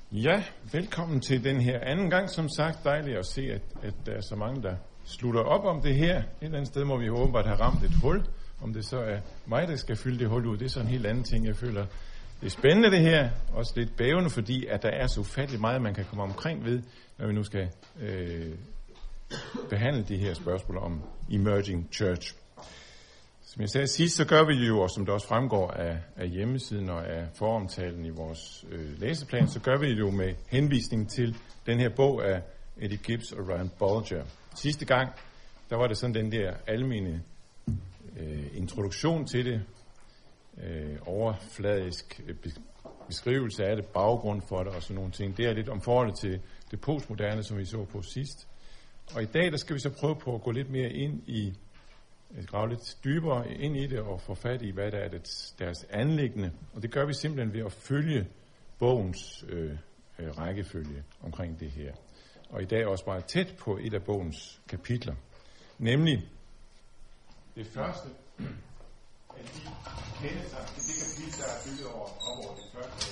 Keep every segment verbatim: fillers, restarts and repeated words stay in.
Ja, velkommen til den her anden gang, som sagt. Dejligt at se, at, at der er så mange, der slutter op om det her. Et eller andet sted må vi åbenbart have ramt et hul. Om det så er mig, der skal fylde det hul ud, det er så en helt anden ting, jeg føler. Det er spændende det her, også lidt bævende, fordi at der er så ufattelig meget, man kan komme omkring ved, når vi nu skal øh, behandle de her spørgsmål om Emerging Church. Som jeg sagde sidst, så gør vi det jo, og som det også fremgår af, af hjemmesiden og af foromtalen i vores øh, læseplan, så gør vi det jo med henvisning til den her bog af Eddie Gibbs og Rand Bolger. Sidste gang, der var det sådan den der almene øh, introduktion til det, øh, overfladisk øh, beskrivelse af det, baggrund for det og sådan nogle ting. Det er lidt om forholdet til det postmoderne, som vi så på sidst. Og i dag, der skal vi så prøve på at gå lidt mere ind i grave lidt dybere ind i det og få fat i, hvad der er det, deres anliggende. Og det gør vi simpelthen ved at følge bogens øh, øh, rækkefølge omkring det her. Og i dag også meget tæt på et af bogens kapitler. Nemlig det første af de kendetegn, det det kapitel, der er bygget over, op over det første.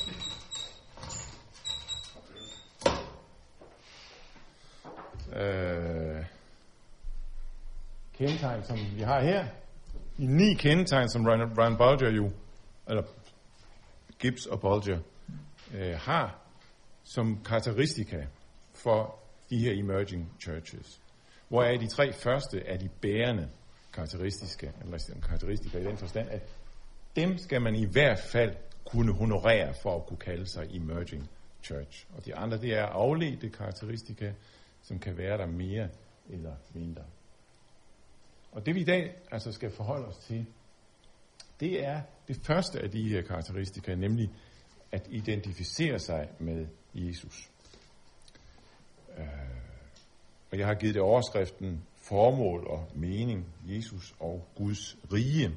Øh... kendetegn, som vi har her. De ni kendetegn, som Rand, Rand Bolger jo, eller Gibbs og Bolger, øh, har som karakteristika for de her emerging churches. Hvor er de tre første af de bærende karakteristiske, eller karakteristika i den forstand, at dem skal man i hvert fald kunne honorere for at kunne kalde sig emerging church. Og de andre, det er afledte karakteristika, som kan være der mere eller mindre. Og det vi i dag altså skal forholde os til, det er det første af de her karakteristika, nemlig at identificere sig med Jesus. Øh, og jeg har givet det overskriften formål og mening, Jesus og Guds rige.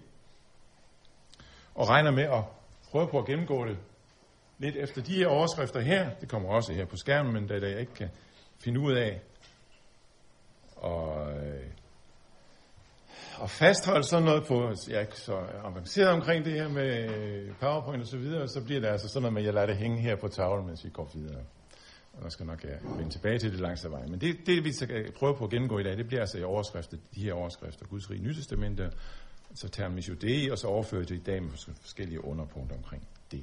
Og regner med at prøve på at gennemgå det lidt efter de her overskrifter her. Det kommer også her på skærmen, men da jeg ikke kan finde ud af og Og fastholde sådan noget på, jeg er ikke så avanceret omkring det her med PowerPoint og så videre, så bliver det altså sådan noget med, at jeg lader det hænge her på tavlen, mens vi går videre. Og der skal nok jeg vende tilbage til det langs ad vejen. Men det, det vi skal prøve på at gennemgå i dag, det bliver altså i overskrifter, de her overskrifter, Guds rige, Nye Testamente, så terminus judæi, og så overfører det i dag med forskellige underpunkter omkring det.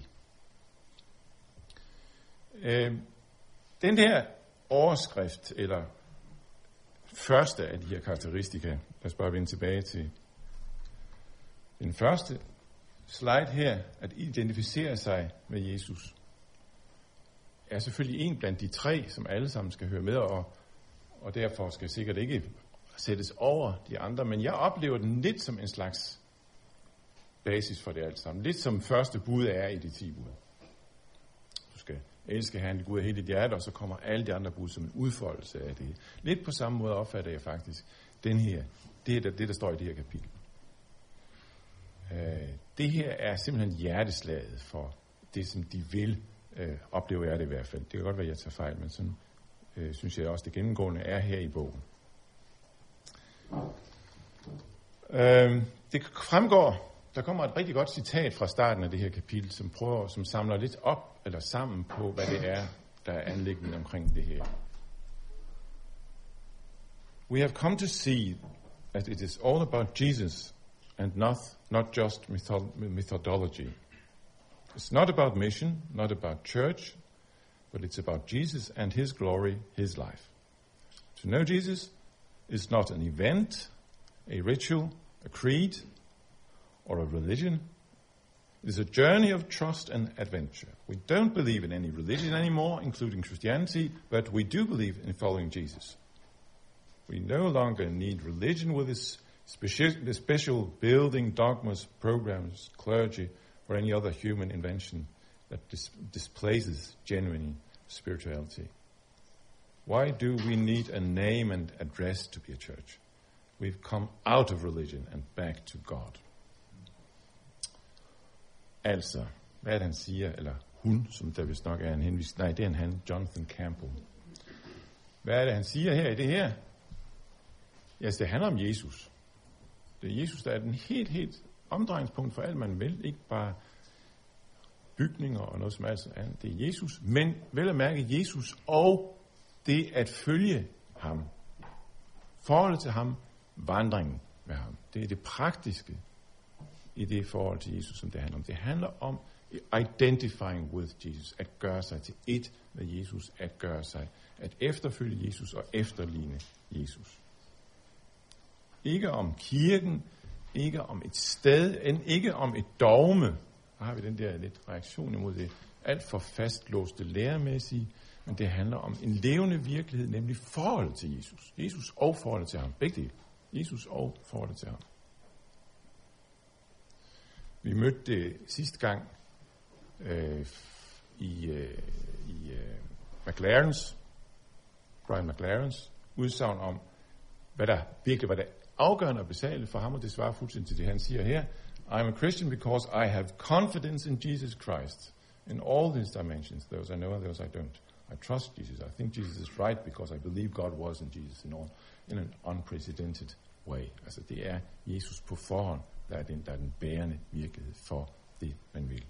Øh, den her overskrift, eller første af de her karakteristika, lad os bare vende tilbage til den første slide her, at identificere sig med Jesus, er selvfølgelig en blandt de tre, som alle sammen skal høre med, og, og derfor skal sikkert ikke sættes over de andre, men jeg oplever den lidt som en slags basis for det alt sammen. Lidt som første bud er i de ti bud. Du skal elske Herren, Gud af hele dit hjerte, og så kommer alle de andre bud som en udfoldelse af det. Lidt på samme måde opfatter jeg faktisk den her, det, der, det der står i det her kapitel. Øh, det her er simpelthen hjerteslaget for det, som de vil, øh, oplever jeg det i hvert fald. Det kan godt være, at jeg tager fejl, men sådan øh, synes jeg også, det gennemgående er her i bogen. Øh, det fremgår, der kommer et rigtig godt citat fra starten af det her kapitel, som prøver, som samler lidt op eller sammen på, hvad det er, der er anliggende omkring det her. We have come to see that it is all about Jesus and not, not just methodology. It's not about mission, not about church, but it's about Jesus and his glory, his life. To know Jesus is not an event, a ritual, a creed, or a religion. It is a journey of trust and adventure. We don't believe in any religion anymore, including Christianity, but we do believe in following Jesus. We no longer need religion with its speci- special building, dogmas, programs, clergy, or any other human invention that dis- displaces genuine spirituality. Why do we need a name and address to be a church? We've come out of religion and back to God. Altså, hvad er det, han siger, eller hun, som der vist nok er en henvis, nej, det er en han, Jonathan Campbell. Hvad er det, han siger her i det her? Ja, det handler om Jesus. Det er Jesus, der er den helt, helt omdrejningspunkt for alt, man vil. Ikke bare bygninger og noget som altså andet. Det er Jesus, men vel at mærke Jesus og det at følge ham. Forholdet til ham, vandringen med ham. Det er det praktiske i det forhold til Jesus, som det handler om. Det handler om identifying with Jesus, at gøre sig til et med Jesus, at gøre sig, at efterfølge Jesus og efterligne Jesus. Ikke om kirken, ikke om et sted, ikke om et dogme. Der har vi den der lidt reaktion imod det alt for fastlåste læremæssige, men det handler om en levende virkelighed, nemlig forholdet til Jesus. Jesus og forholdet til ham. Begge dele. Jesus og forholdet til ham. Vi mødte det sidste gang øh, i, øh, i øh, McLarens, Brian McLarens udsagn om, hvad der virkelig var det afgørende og basale for ham, og det svarer fuldstændig til det, han siger her. I'm a Christian because I have confidence in Jesus Christ in all these dimensions, those I know and those I don't. I trust Jesus. I think Jesus is right because I believe God was in Jesus in all, in an unprecedented way. Altså det er Jesus på forhånd, der er den, der er den bærende virkelighed for det, man vil.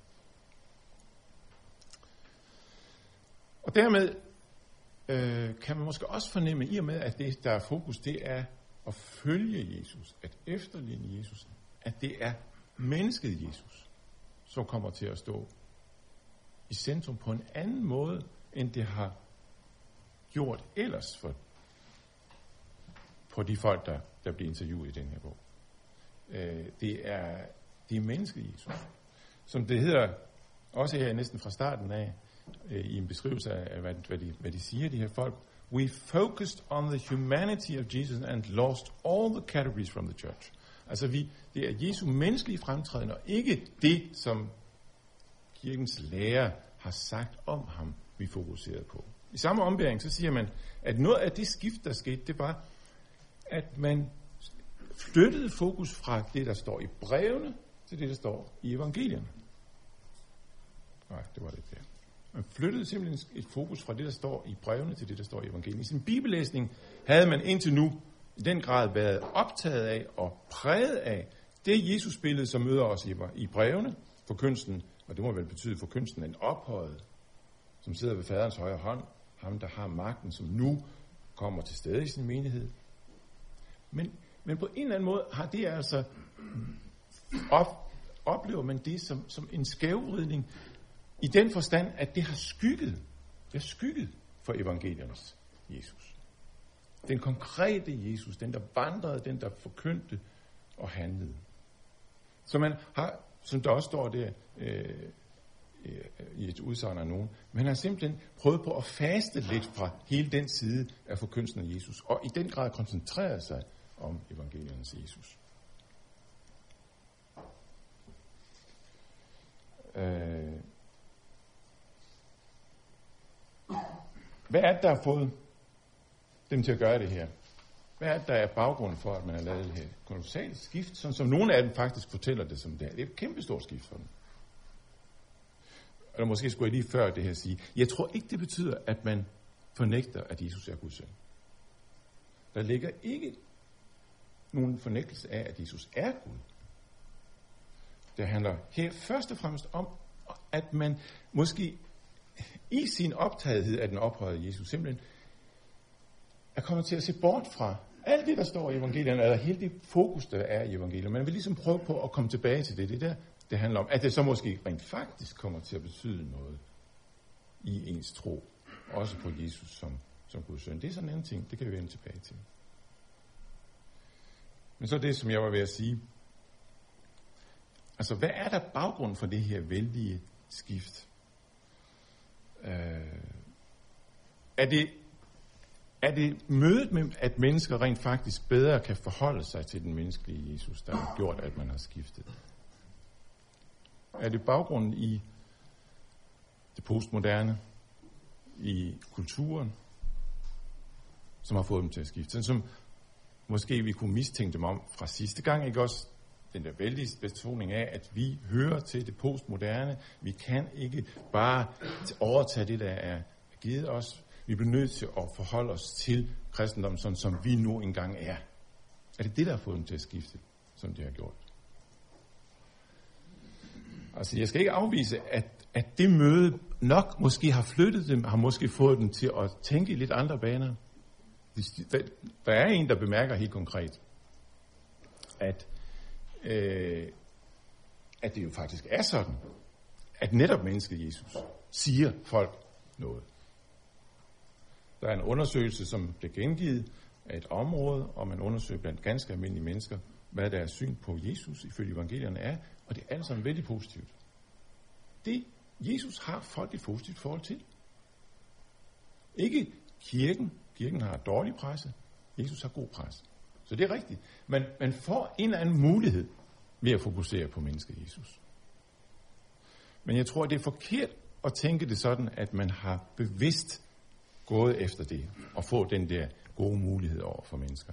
Og dermed øh, kan man måske også fornemme, i og med, at det, der er fokus, det er at følge Jesus, at efterligne Jesus, at det er mennesket Jesus, som kommer til at stå i centrum på en anden måde, end det har gjort ellers for, for de folk, der, der bliver interviewet i den her bog. Øh, det, er, det er mennesket Jesus. Som det hedder, også her næsten fra starten af, øh, i en beskrivelse af, hvad, hvad, de, hvad de siger, de her folk. We focused on the humanity of Jesus and lost all the categories from the church. Altså vi, det er Jesu menneskelige fremtræden, og ikke det, som kirkens lærer har sagt om ham, vi fokuserede på. I samme ombæring, så siger man, at noget af det skift, der skete, det var, at man flyttede fokus fra det, der står i brevene, til det, der står i evangelierne. Nej, det var det der. Man flyttede simpelthen et fokus fra det, der står i brevene, til det, der står i evangelierne. I sin bibellæsning havde man indtil nu i den grad været optaget af og præget af det Jesus-billede, som møder os i, i brevene, forkyndelsen, og det må vel betyde forkyndelsen en ophøjet, som sidder ved faderens højre hånd, ham der har magten, som nu kommer til stede i sin menighed. Men, men på en eller anden måde har det altså, op, oplever man det som, som en skævvridning, i den forstand, at det har skygget, det har skygget for evangeliernes Jesus. Den konkrete Jesus, den der vandrede, den der forkyndte og handlede. Så man har, som der også står der øh, øh, i et udsagn af nogen, man har simpelthen prøvet på at faste lidt fra hele den side af forkyndelsen af Jesus, og i den grad koncentreret sig om evangeliernes Jesus. Øh, Hvad er det, der har fået dem til at gøre det her? Hvad er det, der er baggrunden for, at man har lavet det her kolossalt skift, sådan som nogle af dem faktisk fortæller det som det er? Det er et kæmpe stort skift for dem. Eller måske skulle jeg lige før det her sige, jeg tror ikke, det betyder, at man fornægter, at Jesus er Guds søn. Der ligger ikke nogen fornægtelse af, at Jesus er Gud. Det handler her først og fremmest om, at man måske i sin optagethed af den ophøjede Jesus simpelthen er kommet til at se bort fra alt det, der står i evangelierne, eller hele det fokus, der er i evangelierne. Man vil ligesom prøve på at komme tilbage til det. Det der, det handler om, at det så måske rent faktisk kommer til at betyde noget i ens tro. Også på Jesus som, som Guds søn. Det er sådan en anden ting, det kan vi vende tilbage til. Men så det, som jeg var ved at sige. Altså, hvad er der baggrund for det her vældige skift? Uh, er det er det mødet med, at mennesker rent faktisk bedre kan forholde sig til den menneskelige Jesus, der har gjort, at man har skiftet? Er det baggrunden i det postmoderne, i kulturen, som har fået dem til at skifte? Sådan som måske vi kunne mistænke dem om fra sidste gang, ikke også? Den der vældige betoning af, at vi hører til det postmoderne. Vi kan ikke bare overtage det, der er givet os. Vi bliver nødt til at forholde os til kristendommen, sådan som vi nu engang er. Er det det, der har fået dem til at skifte, som de har gjort? Altså, jeg skal ikke afvise, at, at det møde nok måske har flyttet dem, har måske fået dem til at tænke i lidt andre baner. Der er en, der bemærker helt konkret, at, øh, at det jo faktisk er sådan, at netop mennesket Jesus siger folk noget. Der er en undersøgelse, som bliver gengivet af et område, og man undersøger blandt ganske almindelige mennesker, hvad deres syn på Jesus ifølge evangelierne er, og det er alt sammen vældig positivt. Det Jesus har folk et positivt forhold til. Ikke kirken. Kirken har dårlig presse. Jesus har god presse. Så det er rigtigt. Men man får en eller anden mulighed ved at fokusere på mennesket Jesus. Men jeg tror, det er forkert at tænke det sådan, at man har bevidst gået efter det og få den der gode mulighed over for mennesker.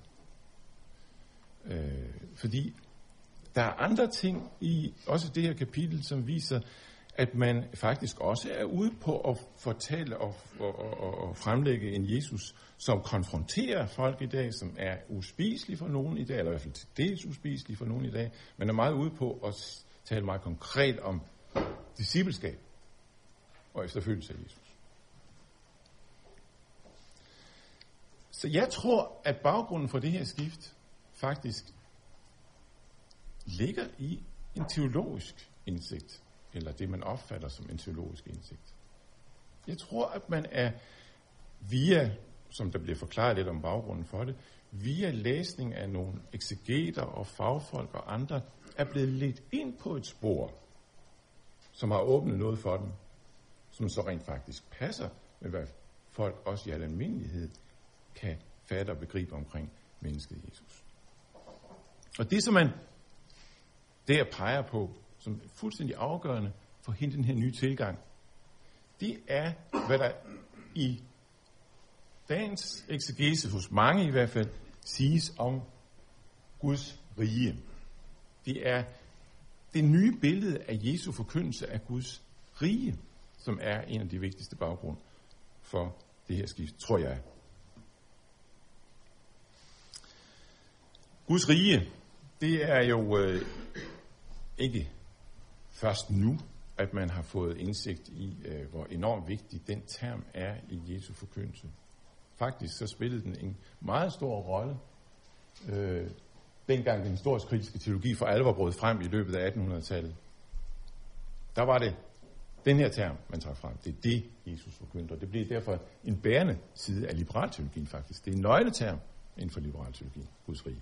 Øh, fordi der er andre ting i også det her kapitel, som viser, at man faktisk også er ude på at fortælle og, og, og, og fremlægge en Jesus, som konfronterer folk i dag, som er uspiselig for nogen i dag, eller i hvert fald til dels uspiselig for nogen i dag. Man er meget ude på at tale meget konkret om discipleskab og efterfølgelse af Jesus. Så jeg tror, at baggrunden for det her skift faktisk ligger i en teologisk indsigt, eller det, man opfatter som en teologisk indsigt. Jeg tror, at man er via, som der bliver forklaret lidt om baggrunden for det, via læsning af nogle eksegeter og fagfolk og andre, er blevet ledt ind på et spor, som har åbnet noget for dem, som så rent faktisk passer med, hvad folk også i al almindelighed kan fatte og begribe omkring mennesket Jesus. Og det, som man der peger på, som er fuldstændig afgørende for hele den her nye tilgang, det er, hvad der i dagens eksegese, hos mange i hvert fald, siges om Guds rige. Det er det nye billede af Jesu forkyndelse af Guds rige, som er en af de vigtigste baggrunde for det her skift, tror jeg. Guds rige, det er jo øh, ikke først nu, at man har fået indsigt i, øh, hvor enormt vigtig den term er i Jesu forkyndelse. Faktisk så spillede den en meget stor rolle, øh, dengang den historisk-kritiske teologi for alvor brød frem i løbet af attenhundredetallet. Der var det den her term, man tager frem. Det er det, Jesus forkyndte, og det bliver derfor en bærende side af liberal teologi faktisk. Det er en nøgleterm inden for liberal teologi, Guds rige.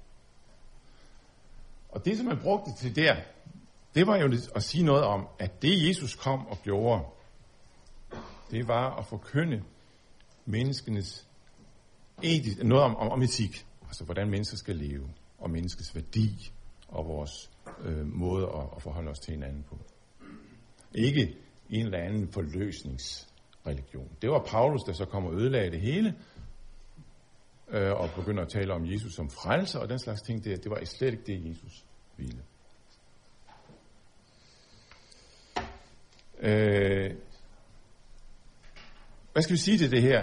Og det, som man brugte til der, det var jo at sige noget om, at det Jesus kom og gjorde, det var at forkynde menneskenes etisk, noget om, om, om etik, altså hvordan mennesker skal leve, og menneskets værdi, og vores øh, måde at, at forholde os til hinanden på. Ikke en eller anden forløsningsreligion. Det var Paulus, der så kom og ødelagde det hele, øh, og begynder at tale om Jesus som frelser, og den slags ting, det, det var slet ikke det, Jesus ville. Øh, hvad skal vi sige til det her?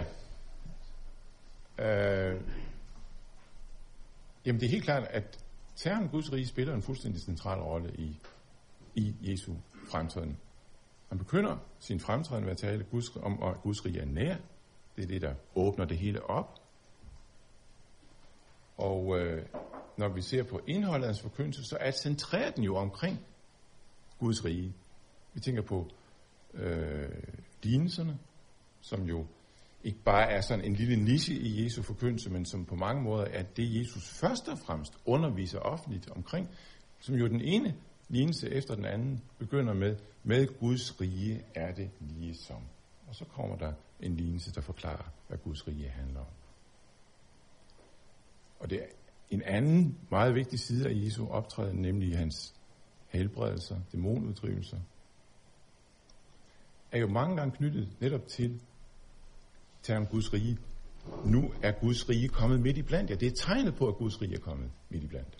Øh, jamen det er helt klart, at termen Guds rige spiller en fuldstændig central rolle i, i Jesu fremtræden. Han begynder sin fremtræden ved at tale Guds, om, at Guds rige er nær. Det er det, der åbner det hele op. Og øh, når vi ser på indholdet af hans forkyndelse, så er centreret den jo omkring Guds rige. Vi tænker på øh, lignelserne, som jo ikke bare er sådan en lille niche i Jesu forkyndelse, men som på mange måder er det, Jesus først og fremmest underviser offentligt omkring, som jo den ene lignelse efter den anden begynder med, med Guds rige er det lige som. Og så kommer der en lignelse, der forklarer, hvad Guds rige handler om. Og det er en anden meget vigtig side af Jesu optræden, nemlig hans helbredelser, dæmonuddrivelser, er jo mange gange knyttet netop til termen Guds rige. Nu er Guds rige kommet midt i blandt jer. Det er tegnet på, at Guds rige er kommet midt i blandt.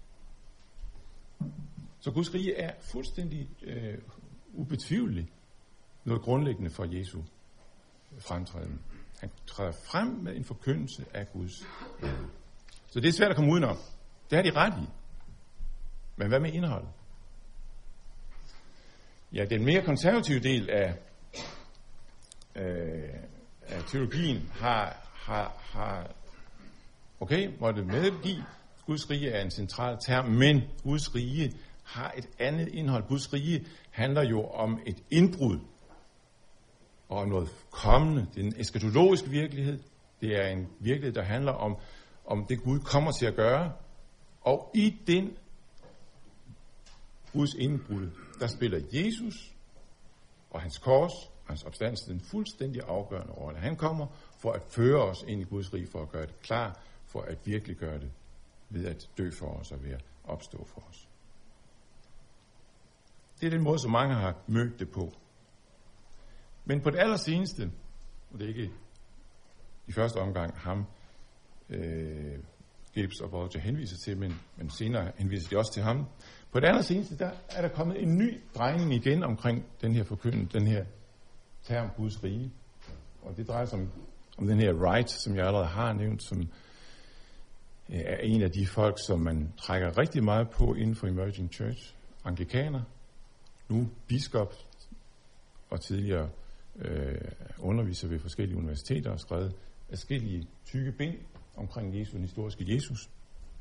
Så Guds rige er fuldstændig øh, ubetvivligt noget grundlæggende for Jesu fremtræden. Han træder frem med en forkyndelse af Guds rige. Så det er svært at komme udenom. Det har de ret i. Men hvad med indholdet? Ja, den mere konservative del af, øh, af teologien har, har, har okay, måtte medgive, Guds rige er en central term, men Guds rige har et andet indhold. Guds rige handler jo om et indbrud og om noget kommende. Det er en eskatologisk virkelighed. Det er en virkelighed, der handler om, om det Gud kommer til at gøre. Og i den Guds indbrud, der spiller Jesus og hans kors og hans opstandelse en fuldstændig afgørende rolle. Han kommer for at føre os ind i Guds rige, for at gøre det klar, for at virkelig gøre det ved at dø for os og ved at opstå for os. Det er den måde, som mange har mødt det på. Men på det allerseneste, og det er ikke i første omgang ham, øh, Gibbs og Bolger henviser til, men, men senere henviser de også til ham. På det allerseneste, der er der kommet en ny drejning igen omkring den her forkyndelse, den her term Guds rige. Og det drejer sig om, om den her Wright, som jeg allerede har nævnt, som er en af de folk, som man trækker rigtig meget på inden for Emerging Church. Anglikaner, nu biskop og tidligere øh, underviser ved forskellige universiteter og skrevet adskillige tykke bind omkring Jesus, den historiske Jesus.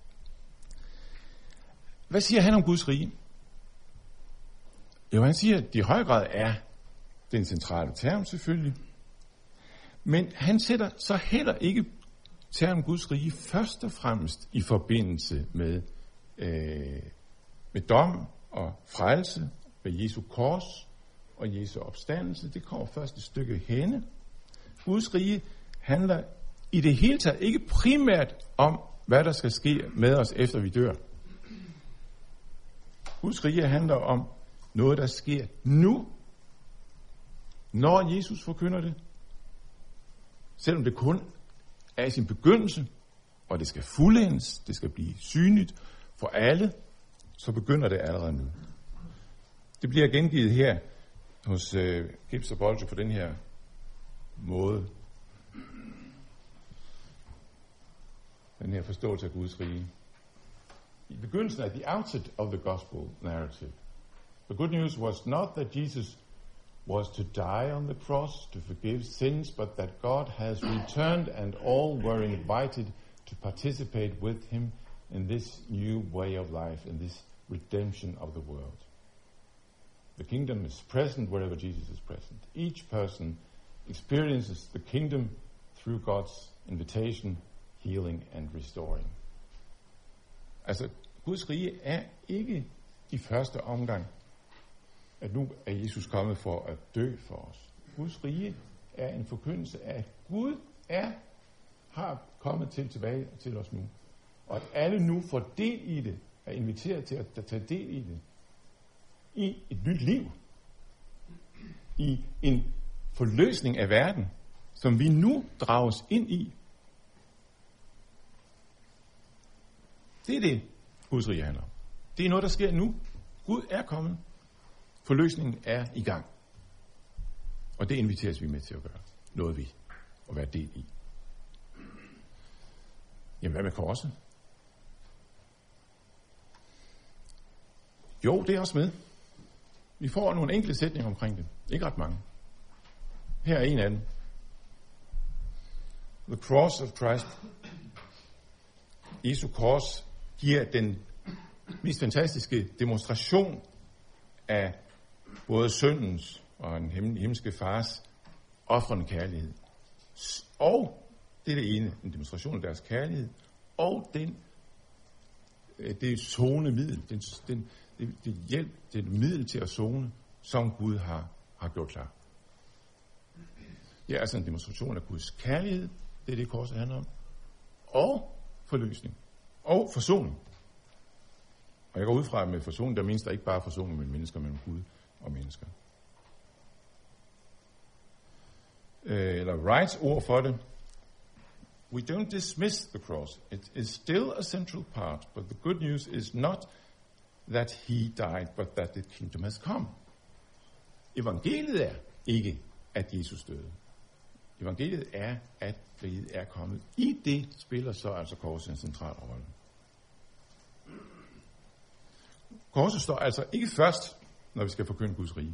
Hvad siger han om Guds rige? Jo, han siger, at det i høj grad er den centrale term selvfølgelig, men han sætter så heller ikke termen Guds rige først og fremmest i forbindelse med, øh, med dom og frelse, med Jesu kors og Jesu opstandelse. Det kommer først et stykke henne. Guds rige handler i det hele taget ikke primært om, hvad der skal ske med os, efter vi dør. Guds rige handler om noget, der sker nu, når Jesus forkynder det. Selvom det kun er i sin begyndelse, og det skal fuldendes, det skal blive synligt for alle, så begynder det allerede nu. Det bliver gengivet her hos øh, Gibbs og Bolger på den her måde. Den her forståelse af Guds rige. I begyndelsen af the outset of the gospel narrative, the good news was not that Jesus was to die on the cross to forgive sins, but that God has returned and all were invited to participate with him in this new way of life, in this redemption of the world. The kingdom is present wherever Jesus is present. Each person experiences the kingdom through God's invitation, healing and restoring. Altså, Guds rige er ikke i første omgang, at nu er Jesus kommet for at dø for os. Guds rige er en forkyndelse af, at Gud er, har kommet til tilbage til os nu. Og at alle nu får del i det, er inviteret til at tage del i det. I et nyt liv. I en forløsning af verden, som vi nu drages ind i. Det er det, Guds rige handler om. Det er noget, der sker nu. Gud er kommet. Forløsningen er i gang. Og det inviteres vi med til at gøre. Noget vi at være del i. Jamen, hvad med korset? Jo, det er også med. Vi får nogle enkelte sætninger omkring det. Ikke ret mange. Her er en af dem. The cross of Christ. Jesu kors giver den mest fantastiske demonstration af både syndens og en himmelske fars ofrende kærlighed. Og det er det ene, en demonstration af deres kærlighed, og den, det er zone middel, den, den, det, det hjælp, det er et middel til at zone, som Gud har, har gjort klar. Det er altså en demonstration af Guds kærlighed, det er det korset handler om, og forløsning, og forsoning. Og jeg går ud fra, at med forsoning, der menes der ikke bare forsoning mellem mennesker, men Gud og mennesker. Eller Wrights ord for det. We don't dismiss the cross. It is still a central part, but the good news is not that he died, but that the kingdom has come. Evangeliet er ikke, at Jesus døde. Evangeliet er, at riget er kommet. I det spiller så altså korset en central rolle. Korset står altså ikke først, når vi skal forkynde Guds rige.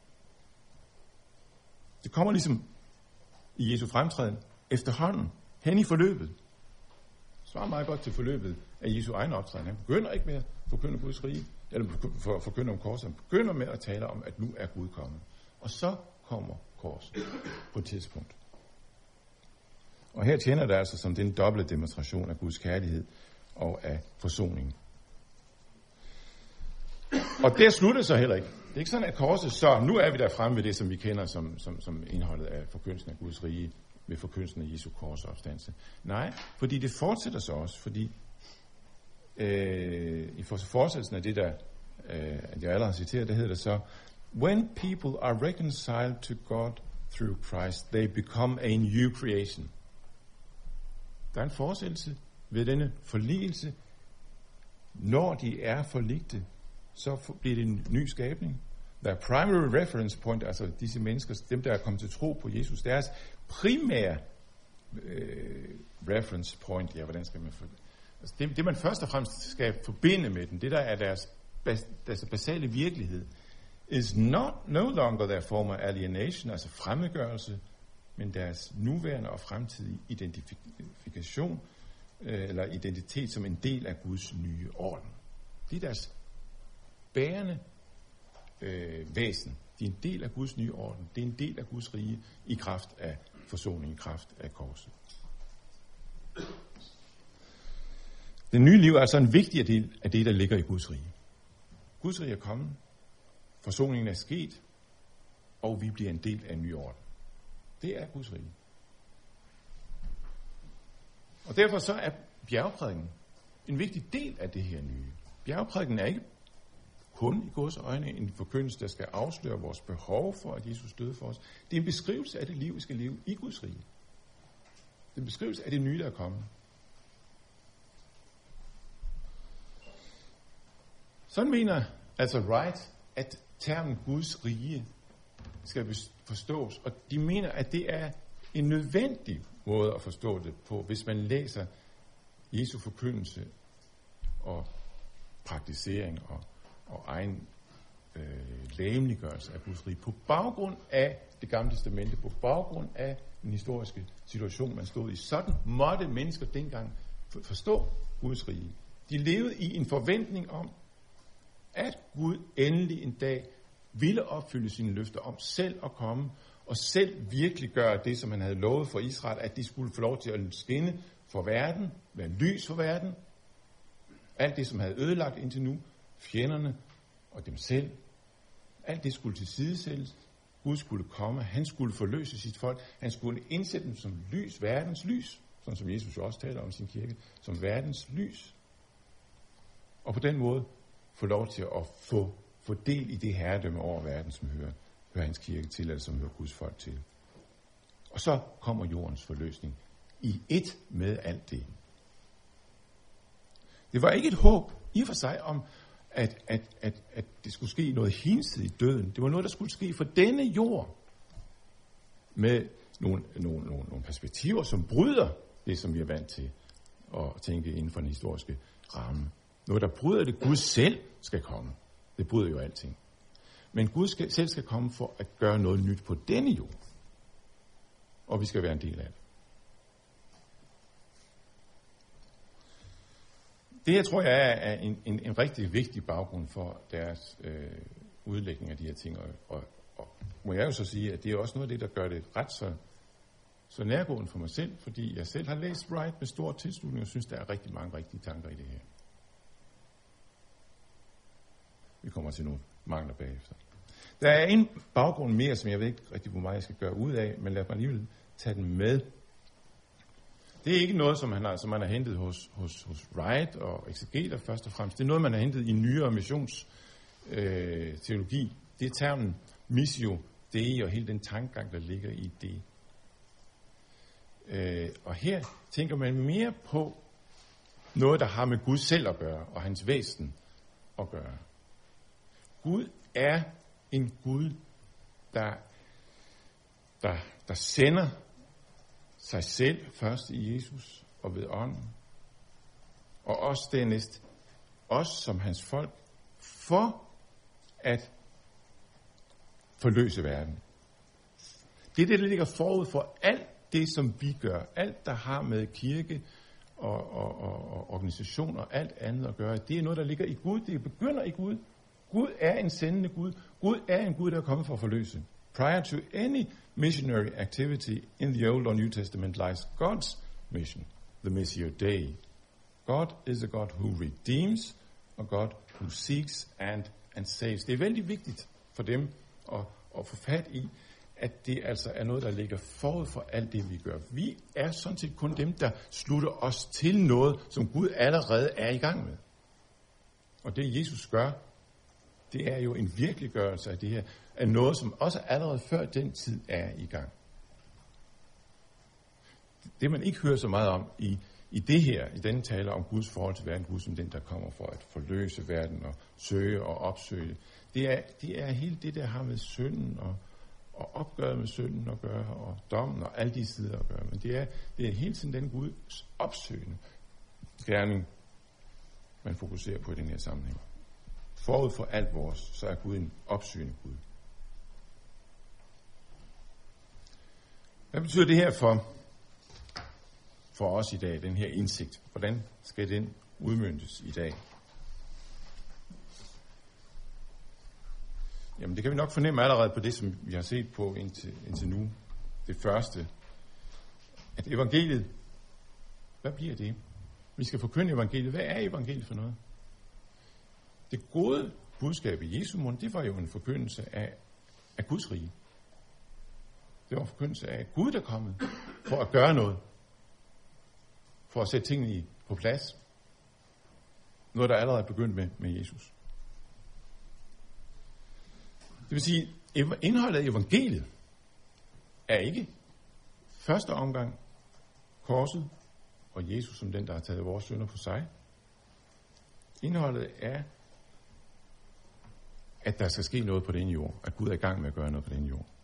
Det kommer ligesom i Jesu fremtræden efterhånden, hen i forløbet. Det svarer meget godt til forløbet af Jesu egen optræden. Han begynder ikke med at forkynde Guds rige, eller for at forkynde om korset. Han begynder med at tale om, at nu er Gud kommet. Og så kommer korset på et tidspunkt. Og her tjener det altså som den dobbelte demonstration af Guds kærlighed og af forsoningen. Og det slutter så heller ikke. Det er ikke sådan, at korset så, nu er vi der fremme ved det, som vi kender som, som, som indholdet af forkyndelsen af Guds rige, ved forkyndelsen af Jesu korsopstandelse. Nej, fordi det fortsætter så også, fordi øh, i fortsættelsen af det, der øh, jeg allerede har citeret, det hedder det så, when people are reconciled to God through Christ, they become a new creation. Der er en fortsættelse ved denne forligelse. Når de er forligte, så bliver det en ny skabning. Der er primary reference point, altså disse mennesker, dem der er kommet til tro på Jesus, deres primære øh, reference point, ja, hvordan skal man få det? Altså det, det man først og fremmest skal forbinde med den, det der er deres, bas, deres basale virkelighed, is not no longer their former alienation, altså fremmedgørelse, men deres nuværende og fremtidige identifikation, øh, eller identitet som en del af Guds nye orden. Det er deres bærende øh, væsen. Det er en del af Guds nye orden. Det er en del af Guds rige i kraft af forsoning, i kraft af korset. Det nye liv er altså en vigtig del af det, der ligger i Guds rige. Guds rige er kommet, forsoningen er sket, og vi bliver en del af en ny orden. Det er Guds rige. Og derfor så er bjergprædiken en vigtig del af det her nye. Bjergprædiken er ikke kun i Guds øjne en forkyndelse, der skal afsløre vores behov for, at Jesus døde for os. Det er en beskrivelse af det liv, vi skal leve i Guds rige. Det er en beskrivelse af det nye, der er kommet. Sådan mener altså Wright, at termen Guds rige skal forstås, og de mener, at det er en nødvendig måde at forstå det på, hvis man læser Jesu forkyndelse og praktisering og, og egen øh, lægemliggørelse af Guds rige, på baggrund af det gamle testamente, på baggrund af den historiske situation, man stod i. Sådan måtte mennesker dengang forstå Guds rige. De levede i en forventning om, at Gud endelig en dag ville opfylde sine løfter om selv at komme og selv virkelig gøre det, som han havde lovet for Israel, at de skulle få lov til at skinne for verden, være lys for verden. Alt det, som havde ødelagt indtil nu, fjenderne og dem selv, alt det skulle tilsidesættes. Gud skulle komme, han skulle forløse sit folk, han skulle indsætte dem som lys, verdens lys, sådan som Jesus jo også taler om sin kirke, som verdens lys. Og på den måde få lov til at få, få del i det herredømme over verden, som hører, hører hans kirke til, eller som hører Guds folk til. Og så kommer jordens forløsning i ét med alt det. Det var ikke et håb i og for sig om, at, at, at, at det skulle ske noget hinsidigt i døden. Det var noget, der skulle ske for denne jord, med nogle, nogle, nogle, nogle perspektiver, som bryder det, som vi er vant til at tænke inden for den historiske ramme. Noget, der bryder det, Gud selv skal komme. Det bryder jo alting. Men Gud skal, selv skal komme for at gøre noget nyt på denne jord. Og vi skal være en del af det. Det her tror jeg er en, en, en rigtig vigtig baggrund for deres øh, udlægning af de her ting. Og, og, og må jeg jo så sige, at det er også noget af det, der gør det ret så, så nærgående for mig selv, fordi jeg selv har læst Wright med stor tilslutning, og synes, der er rigtig mange rigtige tanker i det her. Vi kommer til nogle mangler bagefter. Der er en baggrund mere, som jeg ved ikke rigtig, hvor meget jeg skal gøre ud af, men lad mig alligevel tage den med. Det er ikke noget, som man har, som man har hentet hos, hos, hos Wright og eksegeter først og fremmest. Det er noget, man har hentet i nyere missionsteologi. Øh, det er termen missio dei og hele den tankegang, der ligger i det. Øh, og her tænker man mere på noget, der har med Gud selv at gøre, og hans væsen at gøre. Gud er en Gud, der, der, der sender sig selv først i Jesus og ved ånden, og også dernæst os som hans folk, for at forløse verden. Det er det, der ligger forud for alt det, som vi gør. Alt, der har med kirke og, og, og, og organisation og alt andet at gøre. Det er noget, der ligger i Gud. Det begynder i Gud. Gud er en sendende Gud. Gud er en Gud, der er kommet for at forløse. Prior to any missionary activity in the Old or New Testament lies God's mission, the Missio Dei. God is a God who redeems, a God who seeks and, and saves. Det er vældig vigtigt for dem at, at få fat i, at det altså er noget, der ligger forud for alt det, vi gør. Vi er sådan set kun dem, der slutter os til noget, som Gud allerede er i gang med. Og det Jesus gør, det er jo en virkeliggørelse af det her, af noget, som også allerede før den tid er i gang. Det man ikke hører så meget om i, i det her, i denne tale om Guds forhold til verden, Gud som den, der kommer for at forløse verden og søge og opsøge, det er, det er hele det, der har med synden og, og opgøret med synden at gøre, og dommen og alle de sider at gøre. Men det er, det er hele tiden den Guds opsøgende gerning, man fokuserer på i den her sammenhæng. Forud for alt vores, så er Gud en opsøgende Gud. Hvad betyder det her for, for os i dag, den her indsigt? Hvordan skal den udmøntes i dag? Jamen det kan vi nok fornemme allerede på det, som vi har set på indtil, indtil nu. Det første, at evangeliet, hvad bliver det? Vi skal forkynde evangeliet. Hvad er evangeliet for noget? Det gode budskab i Jesu mund, det var jo en forkyndelse af, af Guds rige. Det var en forkyndelse af Gud, der er kommet for at gøre noget. For at sætte tingene i, på plads. Noget, der allerede er begyndt med, med Jesus. Det vil sige, indholdet af evangeliet er ikke første omgang korset og Jesus som den, der har taget vores synder på sig. Indholdet er, at der skal ske noget på den jord. At Gud er i gang med at gøre noget på den jord.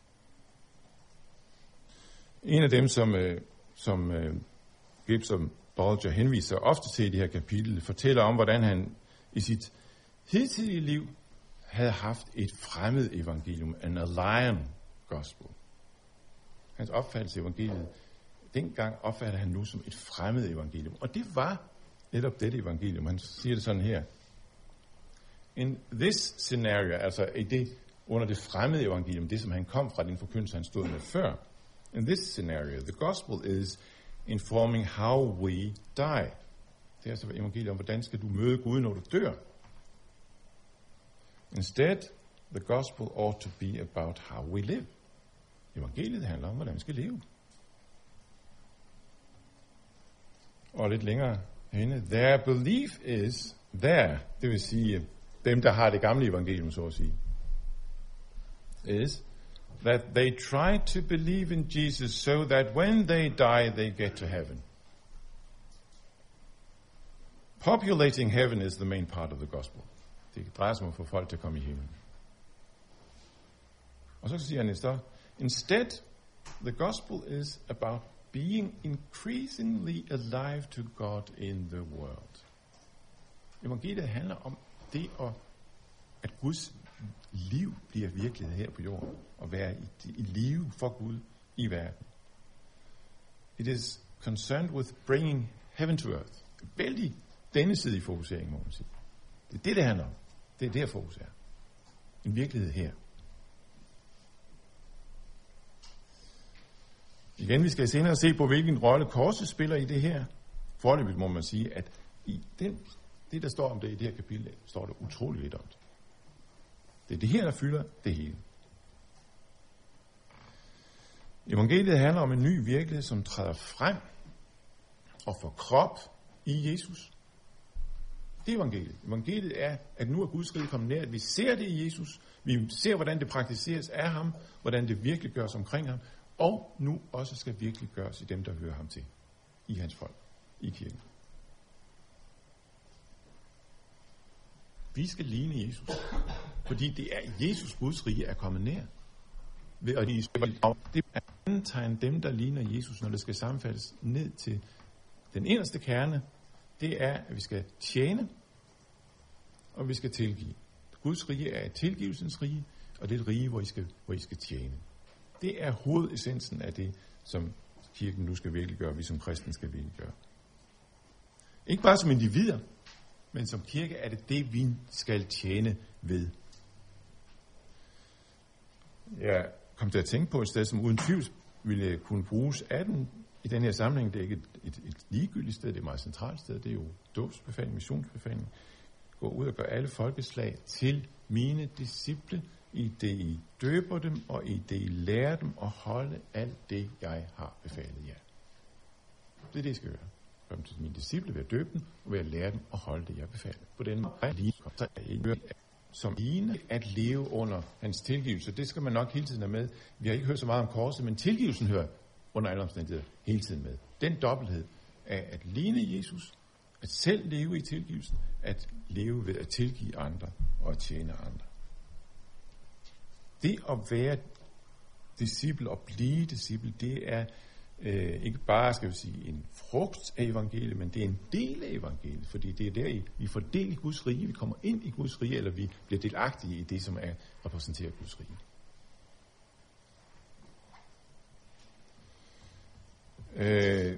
En af dem, som, som Gibbs og Bulger henviser ofte til i det her kapitel, fortæller om, hvordan han i sit hidtidige liv havde haft et fremmed evangelium, an alien gospel. Hans opfattelse af evangeliet, dengang opfattede han nu som et fremmed evangelium. Og det var netop dette evangelium. Han siger det sådan her. In this scenario, altså i det, under det fremmede evangelium, det som han kom fra, den forkyndelse han stod med før. In this scenario, the gospel is informing how we die. Det er altså evangeliet om, hvordan skal du møde Gud, når du dør. Instead, the gospel ought to be about how we live. Evangeliet handler om, hvordan vi skal leve. Og lidt længere henne, their belief is there, det vil sige dem, der har det gamle evangelium, så at sige, is that they try to believe in Jesus so that when they die, they get to heaven. Populating heaven is the main part of the gospel. Det drejer sig om at få folk til at komme i himlen. Og så siger han så, instead, the gospel is about being increasingly alive to God in the world. Evangeliet handler om det, at Guds liv bliver virkelighed her på jorden, og være i, i live for Gud i verden. It is concerned with bringing heaven to earth. Vældig denne side i fokusering, må man sige. Det er det, det handler om. Det er der fokus er. En virkelighed her. Igen, vi skal senere se på, hvilken rolle korset spiller i det her. Foreløbigt må man sige, at i den, det, der står om det i det her kapitel, står der utroligt lidt om det. Det er det her, der fylder det hele. Evangeliet handler om en ny virkelighed, som træder frem og får krop i Jesus. Det er evangeliet. Evangeliet er, at nu er Guds rige kommet nær, at vi ser det i Jesus, vi ser, hvordan det praktiseres af ham, hvordan det virkelig gøres omkring ham, og nu også skal virkelig gøres i dem, der hører ham til, i hans folk, i kirken. Vi skal ligne Jesus, fordi det er Jesus, Guds rige, er kommet nær. Og det er kendetegn dem, der ligner Jesus, når det skal sammenfattes ned til den inderste kerne, det er, at vi skal tjene, og vi skal tilgive. Guds rige er et tilgivelsens rige, og det er et rige, hvor I skal, hvor I skal tjene. Det er hovedessensen af det, som kirken nu skal virkelig gøre, vi som kristne skal virkelig gøre. Ikke bare som individer, men som kirke er det det, vi skal tjene ved. Jeg kom til at tænke på et sted, som uden tvivl ville kunne bruges af den i den her sammenhæng. Det er ikke et, et, et ligegyldigt sted, det er et meget centralt sted. Det er jo dåbsbefaling, missionsbefaling. Gå ud og gør alle folkeslag til mine disciple, i det I døber dem, og i det I lærer dem at holde alt det, jeg har befalet jer. Det er det, I skal gøre. Gør dem til mine disciple ved at døbe dem, og ved at lære dem at holde det, jeg befaler. På den måde er lige som ene at leve under hans tilgivelse. Det skal man nok hele tiden have med. Vi har ikke hørt så meget om korset, men tilgivelsen hører under alle omstændigheder hele tiden med. Den dobbelthed af at ligne Jesus, at selv leve i tilgivelsen, at leve ved at tilgive andre og at tjene andre. Det at være disciple og blive disciple, det er øh, ikke bare, skal vi sige, en frugt af evangeliet, men det er en del af evangeliet, fordi det er der, vi får del i Guds rige, vi kommer ind i Guds rige, eller vi bliver delagtige i det, som er repræsenteret Guds rige. Øh,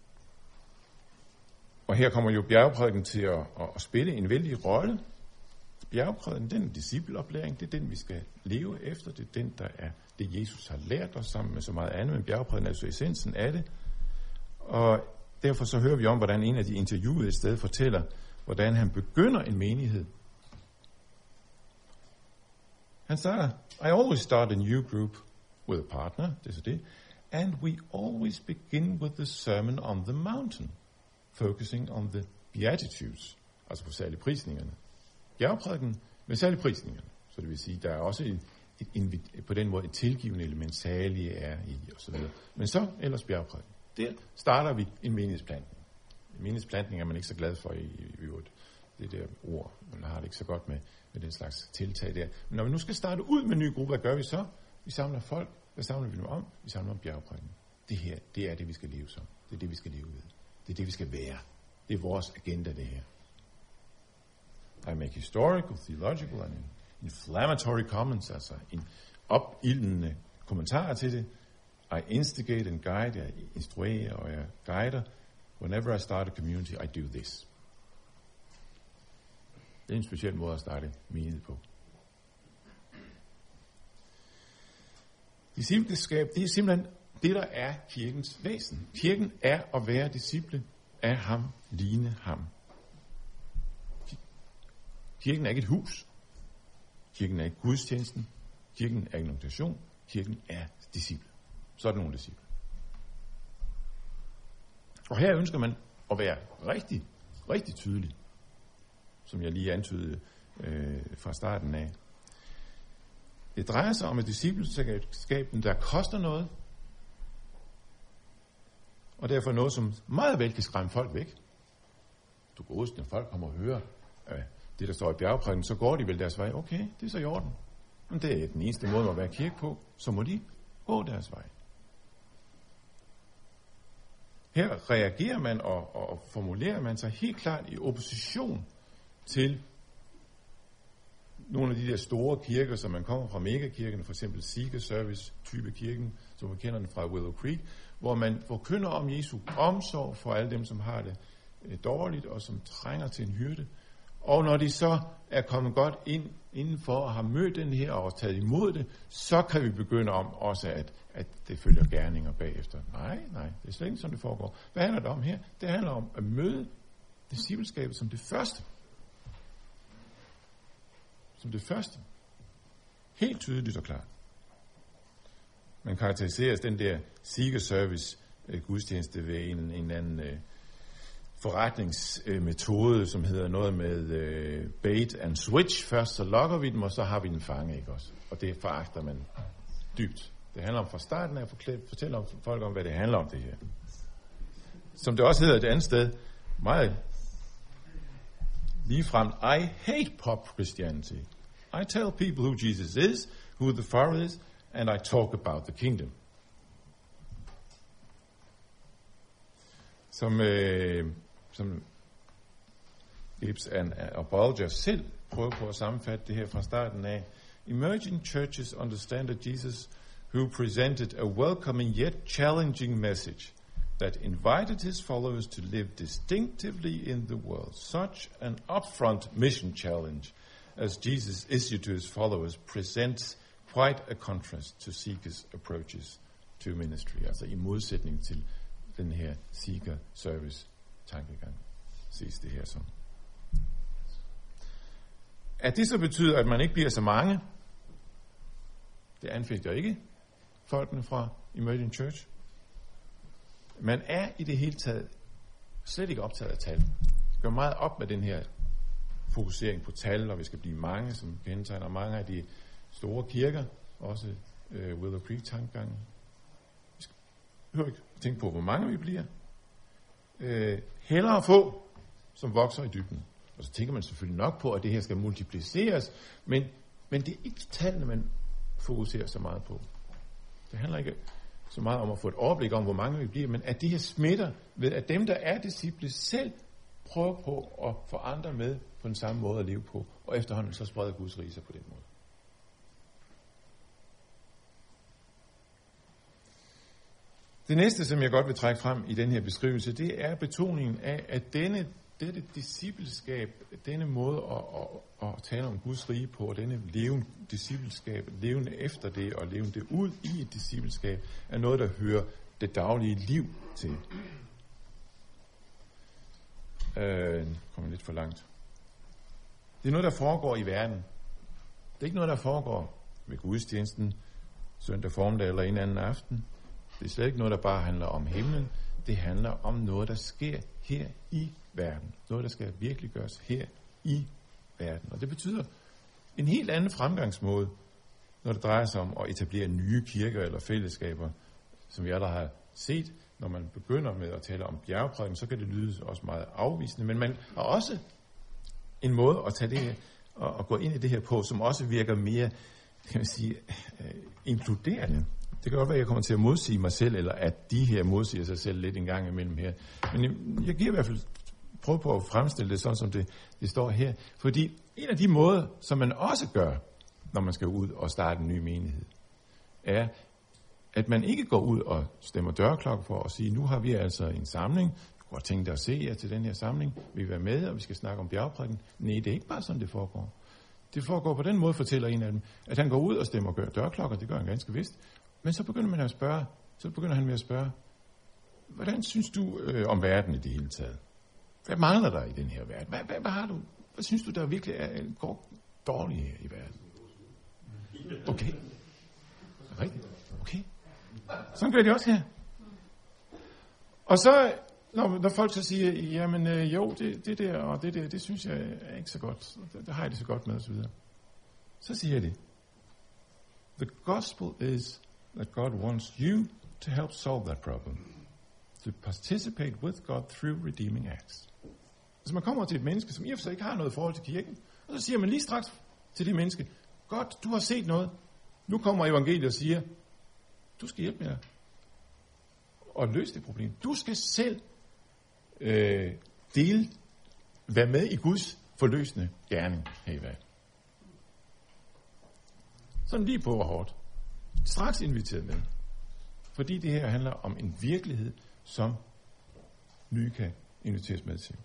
og her kommer jo bjergprædiken til at, at, at spille en vældig rolle. Bjergprædiken, den er discipleoplæring, det er den, vi skal leve efter, det er den, der er det, Jesus har lært os sammen med så meget andet, men bjergprædiken er altså essensen af det. Og derfor så hører vi om, hvordan en af de interviewede et sted fortæller, hvordan han begynder en menighed. Han starter, I always start a new group with a partner, det er så det, and we always begin with the Sermon on the Mountain, focusing on the Beatitudes, altså på særlig prisningerne. Bjergprædiken med særlig prisningerne, så det vil sige, der er også et, et, et, på den måde et tilgivende element, særlige er i osv. Men så ellers bjergprædiken. Der starter vi en menighedsplantning. En menighedsplantning er man ikke så glad for i, i øvrigt. Det der ord, man har det ikke så godt med, med den slags tiltag der. Men når vi nu skal starte ud med en ny gruppe, hvad gør vi så? Vi samler folk. Hvad samler vi nu om? Vi samler om bjergprædiken. Det her, det er det, vi skal leve som. Det er det, vi skal leve ved. Det er det, vi skal være. Det er vores agenda, det her. I make historical, theological and inflammatory comments, altså en opildende kommentar til det. I instigate and guide, jeg instruerer og jeg guider. Whenever I start a community, I do this. Det er en speciel måde at starte menighed på. Discipleskab, det er simpelthen det, der er kirkens væsen. Kirken er at være disciple af ham, ligne ham. Kirken er ikke et hus. Kirken er ikke gudstjenesten. Kirken er ikke en organisation. Kirken er disciple. Så er det nogle disciple. Og her ønsker man at være rigtig, rigtig tydelig, som jeg lige antydede øh, fra starten af. Det drejer sig om et discipleskab, der koster noget, og derfor noget, som meget vel kan skræmme folk væk. Du går ud, når folk kommer og hører øh, det, der står i bjergprædiken, så går de vel deres vej. Okay, det er så i orden. Men det er den eneste måde at være kirke på, så må de gå deres vej. Her reagerer man og, og formulerer man sig helt klart i opposition til nogle af de der store kirker, som man kommer fra megakirkerne, for eksempel Seeker Service type kirken, som vi kender den fra Willow Creek, hvor man forkynder om Jesu omsorg for alle dem, som har det dårligt og som trænger til en hyrde. Og når de så er kommet godt ind indenfor og har mødt den her og taget imod det, så kan vi begynde om også, at, at det følger gerninger bagefter. Nej, nej, det er slet ikke sådan, det foregår. Hvad handler det om her? Det handler om at møde discipleskabet som det første. Som det første. Helt tydeligt og klart. Man karakteriserer den der Seeker Service uh, gudstjeneste ved en, en anden uh, forretningsmetode, uh, som hedder noget med uh, bait and switch. Først så lokker vi dem, og så har vi den fange, ikke også? Og det foragter man dybt. Det handler om fra starten af at fortælle om folk om, hvad det handler om det her. Som det også hedder et andet sted, meget ligefrem, I hate pop Christianity. I tell people who Jesus is, who the Father is, and I talk about the kingdom. Som, øh, som Gibbs og Bulger selv prøver på at sammenfatte det her fra starten af, Emerging churches understand that Jesus, who presented a welcoming yet challenging message that invited his followers to live distinctively in the world. Such an upfront mission challenge as Jesus issued to his followers presents quite a contrast to Seeker's approaches to ministry, altså i modsætning til den her Seeker-service-tankegang, ses det her som. At det så betyder, at man ikke bliver så mange, det anfægter ikke folkene fra Emerging Church. Man er i det hele taget slet ikke optaget af tal. Gør meget op med den her fokusering på tal, og vi skal blive mange, som kendetegner mange af de store kirker, også øh, Willow Creek-tankegangen. Vi skal behøver ikke tænke på, hvor mange vi bliver. Øh, hellere få, som vokser i dybden. Og så tænker man selvfølgelig nok på, at det her skal multipliceres, men, men det er ikke tallene, man fokuserer så meget på. Det handler ikke så meget om at få et overblik om, hvor mange vi bliver, men at det her smitter ved, at dem, der er disciple, selv prøver på at få andre med på den samme måde at leve på, og efterhånden så spreder Guds rige sig på den måde. Det næste, som jeg godt vil trække frem i den her beskrivelse, det er betoningen af, at denne, dette discipleskab, denne måde at, at, at tale om Guds rige på, og denne levende discipleskab, levende efter det og levende det ud i et discipleskab, er noget, der hører det daglige liv til. Øh, kommer lidt for langt. Det er noget, der foregår i verden. Det er ikke noget, der foregår ved gudstjenesten søndag formiddag eller en anden aften. Det er slet ikke noget, der bare handler om himlen. Det handler om noget, der sker her i verden. Noget, der skal virkelig gøres her i verden. Og det betyder en helt anden fremgangsmåde, når det drejer sig om at etablere nye kirker eller fællesskaber, som vi allerede har set. Når man begynder med at tale om bjergprædiken, så kan det lyde også meget afvisende, men man har også en måde at tage det her og, og gå ind i det her på, som også virker mere, kan man sige, øh, inkluderende. Det kan godt være, at jeg kommer til at modsige mig selv, eller at de her modsiger sig selv lidt en gang imellem her. Men jeg, jeg giver i hvert fald prøve på at fremstille det sådan, som det, det står her. Fordi en af de måder, som man også gør, når man skal ud og starte en ny menighed, er, at man ikke går ud og stemmer dørklokke for at sige, nu har vi altså en samling, du kunne tænke dig at se jer til den her samling, vi vil være med, og vi skal snakke om bjergprædiken. Nej, det er ikke bare sådan, det foregår. Det foregår på den måde, fortæller en af dem, at han går ud og stemmer dørklokker, det gør han ganske vist. Men så begynder man at spørge, så begynder han med at spørge, hvordan synes du øh, om verden i det hele taget? Hvad mangler der i den her verden? Hvad, hvad, hvad har du? Hvad synes du, der virkelig er, går dårligt her i verden? Okay. Rigtigt. Okay. Sådan gør de også her. Og så, når, når folk så siger, jamen øh, jo, det, det der og det der, det synes jeg er ikke så godt. Det, det har jeg det så godt med, og så videre. Så siger de, the gospel is that God wants you to help solve that problem. To participate with God through redeeming acts. Altså man kommer til et menneske, som i og for sig ikke har noget forhold til kirken, og så siger man lige straks til det menneske, godt, du har set noget. Nu kommer evangeliet og siger, du skal hjælpe med at løse det problem. Du skal selv øh, dele, være med i Guds forløsende gerning her i verden. Sådan lige på og hårdt. Straks inviteret med. Fordi det her handler om en virkelighed, som nye kan inviteres med til.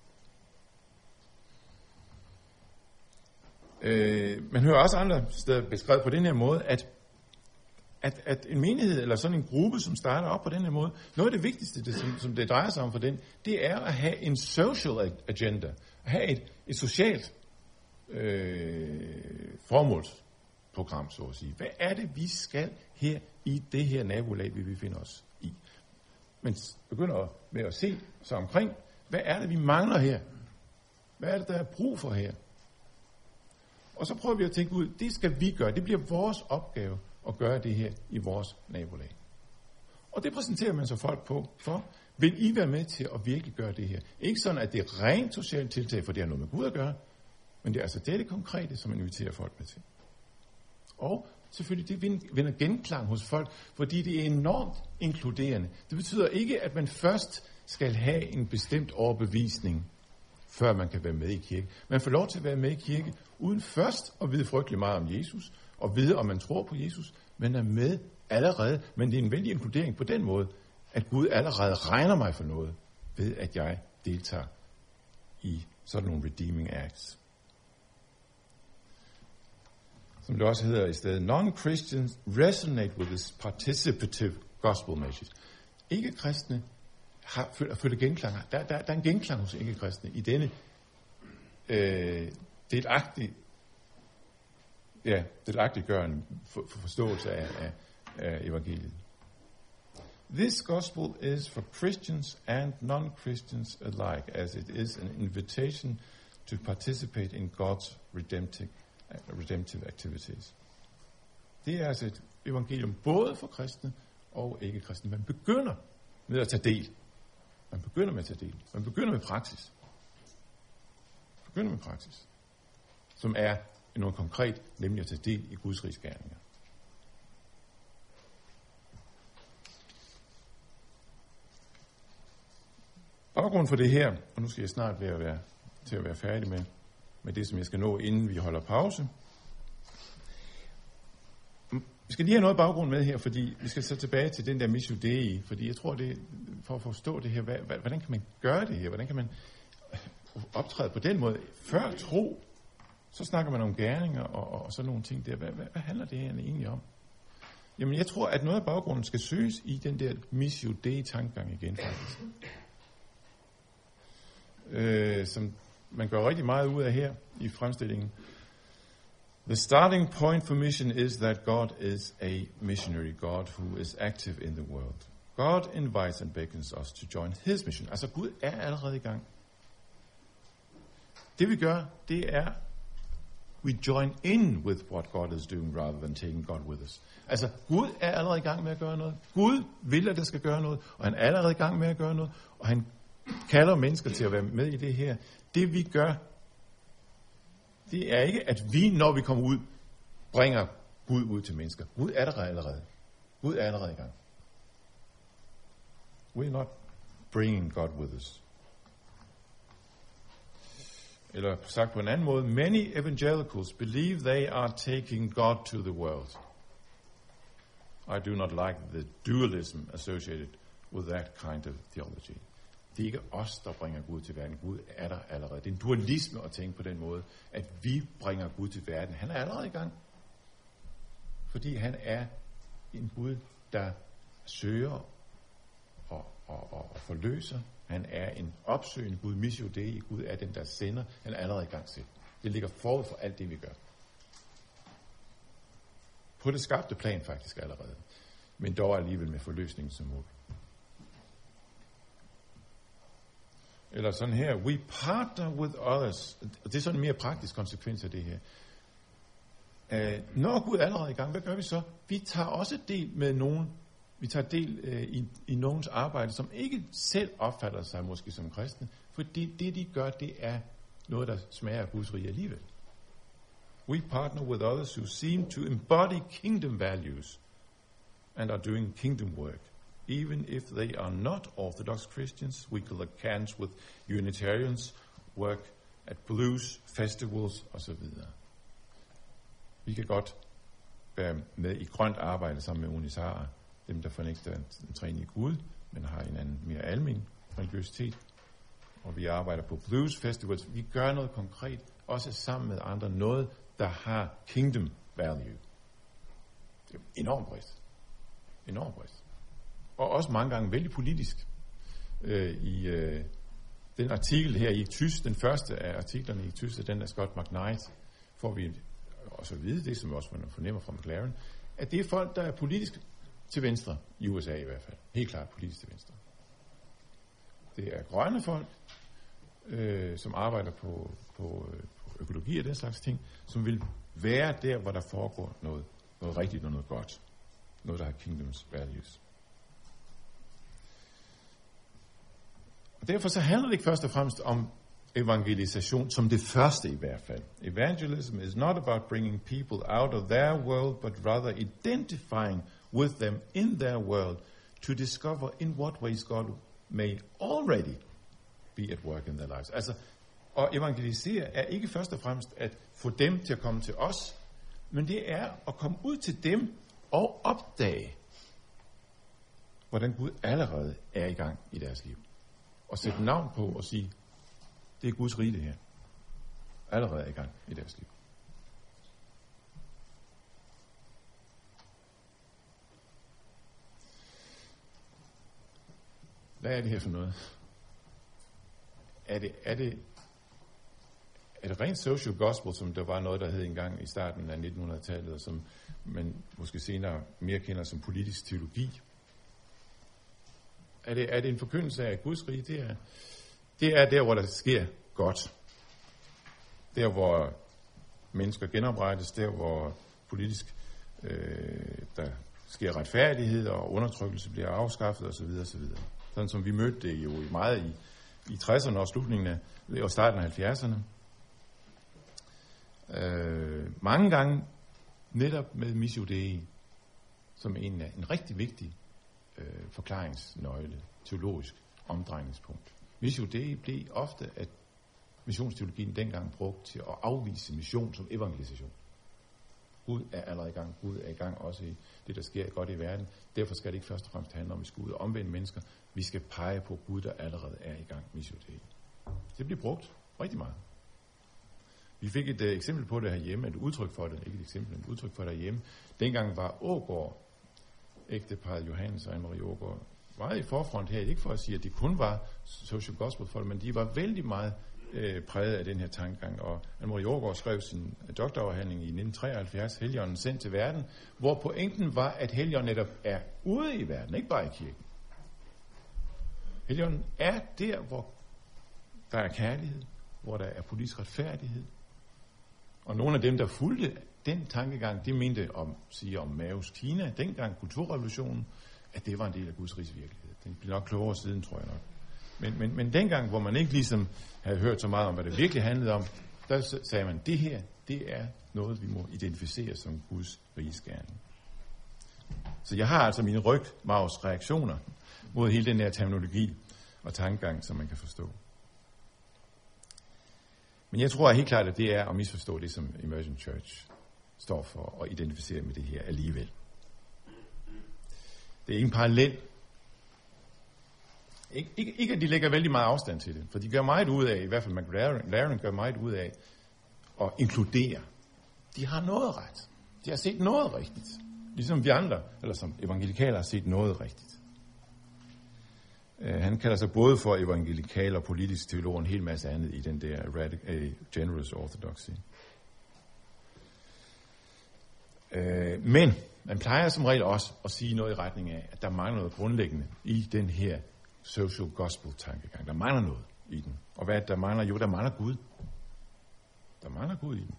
Øh, man hører også andre steder beskrevet på den her måde, at, at, at en menighed eller sådan en gruppe, som starter op på den her måde, noget af det vigtigste, det, som, som det drejer sig om for den, det er at have en social agenda. At have et, et socialt øh, formålsprogram, så at sige. Hvad er det, vi skal her i det her nabolag, vi befinder os i? Men begynder med at se sig omkring, hvad er det, vi mangler her? Hvad er det, der er brug for her? Og så prøver vi at tænke ud, det skal vi gøre. Det bliver vores opgave at gøre det her i vores nabolag. Og det præsenterer man så folk på for. Vil I være med til at virkelig gøre det her? Ikke sådan, at det er rent socialt tiltag, for det har noget med Gud at gøre, men det er altså det, det konkrete, som man inviterer folk med til. Og selvfølgelig, det vinder genklang hos folk, fordi det er enormt inkluderende. Det betyder ikke, at man først skal have en bestemt overbevisning, før man kan være med i kirke. Man får lov til at være med i kirke, uden først at vide frygtelig meget om Jesus, og vide, om man tror på Jesus, men er med allerede. Men det er en vældig inkludering på den måde, at Gud allerede regner mig for noget, ved at jeg deltager i sådan nogle redeeming acts. Som det også hedder i stedet, non-Christians resonate with this participative gospel message. Ikke-kristne har føler, føler genklang. Der, der, der er en genklang hos ikke-kristne i denne øh, delagtige, ja, delagtiggørende for, for forståelse af, af, af evangeliet. This gospel is for Christians and non-Christians alike, as it is an invitation to participate in God's redemptive, redemptive activities. Det er altså et evangelium både for kristne og ikke-kristne. Man begynder med at tage del. Man begynder med at tage del. Man begynder med praksis. Man begynder med praksis. Som er noget konkret, nemlig at tage del i Guds riges gerninger. Baggrunden for det her, og nu skal jeg snart være, være til at være færdig med, med det, som jeg skal nå, inden vi holder pause. Vi skal lige have noget baggrund med her, fordi vi skal så tilbage til den der Missio Dei, fordi jeg tror, det for at forstå det her, hvordan kan man gøre det her? Hvordan kan man optræde på den måde? Før tro, så snakker man om gerninger og, og, og sådan nogle ting der. Hvad, hvad, hvad handler det her egentlig om? Jamen, jeg tror, at noget af baggrunden skal søges i den der Missio Dei-tankegang igen, faktisk. Øh, som man gør rigtig meget ud af her i fremstillingen. The starting point for mission is that God is a missionary God who is active in the world. God invites and beckons us to join his mission. Altså Gud er allerede i gang. Det vi gør, det er, we join in with what God is doing rather than taking God with us. Altså Gud er allerede i gang med at gøre noget. Gud vil, at der skal gøre noget, og han er allerede i gang med at gøre noget, og han kalder mennesker til at være med i det her. Det vi gør, det er ikke, at vi, når vi kommer ud, bringer Gud ud til mennesker. Gud er der allerede. Gud er allerede i gang. We're not bringing God with us. Eller sagt på en anden måde, many evangelicals believe they are taking God to the world. I do not like the dualism associated with that kind of theology. Det er ikke os, der bringer Gud til verden. Gud er der allerede. Det er en dualisme at tænke på den måde, at vi bringer Gud til verden. Han er allerede i gang. Fordi han er en Gud, der søger og, og, og, og forløser. Han er en opsøgende Gud. Missio Dei. Gud er den, der sender. Han er allerede i gang selv. Det ligger forud for alt det, vi gør. På det skabte plan faktisk allerede. Men dog alligevel med forløsningen som mål. Eller sådan her, we partner with others. Det er sådan en mere praktisk konsekvens af det her. Uh, når Gud er allerede i gang, hvad gør vi så? Vi tager også del med nogen. Vi tager del uh, i, i nogens arbejde, som ikke selv opfatter sig måske som kristne, for det, det de gør, det er noget, der smager af Guds rige alligevel. We partner with others who seem to embody kingdom values and are doing kingdom work. Even if they are not Orthodox Christians, we collect cans with Unitarians, work at blues festivals osv. Vi kan godt være med i grønt arbejde sammen med unisarer, dem der fornægter en træning i Gud, men har en anden mere almen religiøsitet. Og vi arbejder på blues festivals. Vi gør noget konkret, også sammen med andre, noget der har kingdom value. Det er enormt bredt. Enormt bredt. Og også mange gange vældig politisk. Øh, I øh, den artikel her i Tysk, den første af artiklerne i Tysk, den af Scott McKnight, får vi også at vide, det som vi også fornemmer fra McLaren, at det er folk, der er politisk til venstre, i U S A i hvert fald. Helt klart politisk til venstre. Det er grønne folk, øh, som arbejder på, på, på økologi og den slags ting, som vil være der, hvor der foregår noget, noget rigtigt og noget godt. Noget, der har kingdoms values. Og derfor så handler det ikke først og fremmest om evangelisation, som det første i hvert fald. Evangelism is not about bringing people out of their world, but rather identifying with them in their world to discover in what ways God may already be at work in their lives. Altså, Og evangelisere er ikke først og fremmest at få dem til at komme til os, men det er at komme ud til dem og opdage, hvordan Gud allerede er i gang i deres liv. Og sætte navn på og sige, det er Guds rige det her. Allerede er i gang i deres liv. Hvad er det her for noget? Er det, er det, er det rent social gospel, som der var noget, der hed engang i starten af nittenhundredetallet, og som man måske senere mere kender som politisk teologi? Er det, er det en forkyndelse af Guds rige? Det er, det er der, hvor der sker godt. Der, hvor mennesker genoprettes, der, hvor politisk øh, der sker retfærdighed og undertrykkelse bliver afskaffet osv. osv. Sådan som vi mødte det jo meget i, i tresserne og slutningen af, og starten af halvfjerdserne. Øh, mange gange netop med Missio Dei som en, en rigtig vigtig øh, forklaringsnøgle, teologisk omdrejningspunkt. Missio Dei blev ofte, at missionsteologien dengang brugt til at afvise mission som evangelisation. Gud er allerede i gang. Gud er i gang også i det, der sker godt i verden. Derfor skal det ikke først og fremmest handle om, at vi skal ud og omvende mennesker. Vi skal pege på Gud, der allerede er i gang. Missio Dei. Det bliver brugt rigtig meget. Vi fik et uh, eksempel på det herhjemme, et udtryk for det, ikke et eksempel, et udtryk for det herhjemme. Dengang var Aagaard, ægteparret Johannes og Anne-Marie Aagaard, meget i forfront her, ikke for at sige, at de kun var social gospel folk, men de var vældig meget øh, præget af den her tankegang. Og Anne-Marie Aagaard skrev sin doktorafhandling i nitten treoghalvfjerds, Helligånden sendt til verden, hvor pointen var, at Helligånden netop er ude i verden, ikke bare i kirken. Helligånden er der, hvor der er kærlighed, hvor der er politisk retfærdighed. Og nogle af dem, der fulgte den tankegang, de mente om, siger om Maos Kina, dengang kulturrevolutionen, at det var en del af Guds riges virkelighed. Den blev nok klogere siden, tror jeg nok. Men, men, men dengang, hvor man ikke ligesom havde hørt så meget om, hvad det virkelig handlede om, der sagde man, det her, det er noget, vi må identificere som Guds riges gerning. Så jeg har altså mine rygmarvs reaktioner mod hele den her terminologi og tankegang, som man kan forstå. Men jeg tror helt klart, at det er at misforstå det, som Emergent Church står for, og identificere med det her alligevel. Det er ikke en parallel. Ik- ikke, ikke at de lægger vældig meget afstand til det, for de gør meget ud af, i hvert fald McLaren gør meget ud af, at inkludere. De har noget ret. De har set noget rigtigt. Ligesom vi andre, eller som evangelikaler, har set noget rigtigt. Uh, han kalder sig både for evangelikal og politisk teolog og en hel masse andet i den der radic- uh, generous orthodoxy. Uh, men man plejer som regel også at sige noget i retning af, at der mangler noget grundlæggende i den her social gospel tankegang. Der mangler noget i den. Og hvad der mangler? Jo, der mangler Gud. Der mangler Gud i den.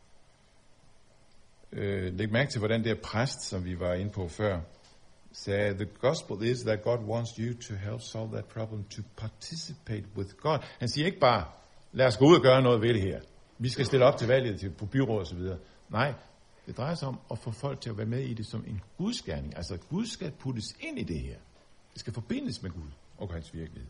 Uh, læg mærke til, hvordan det er præst, som vi var inde på før, sagde, the gospel is that God wants you to help solve that problem, to participate with God. Han siger ikke bare, lad os gå ud og gøre noget ved det her. Vi skal stille op til valget til, på byråd og så videre. Nej, det drejer sig om at få folk til at være med i det som en gudsgerning. Altså, Gud skal puttes ind i det her. Det skal forbindes med Gud og hans virkelighed.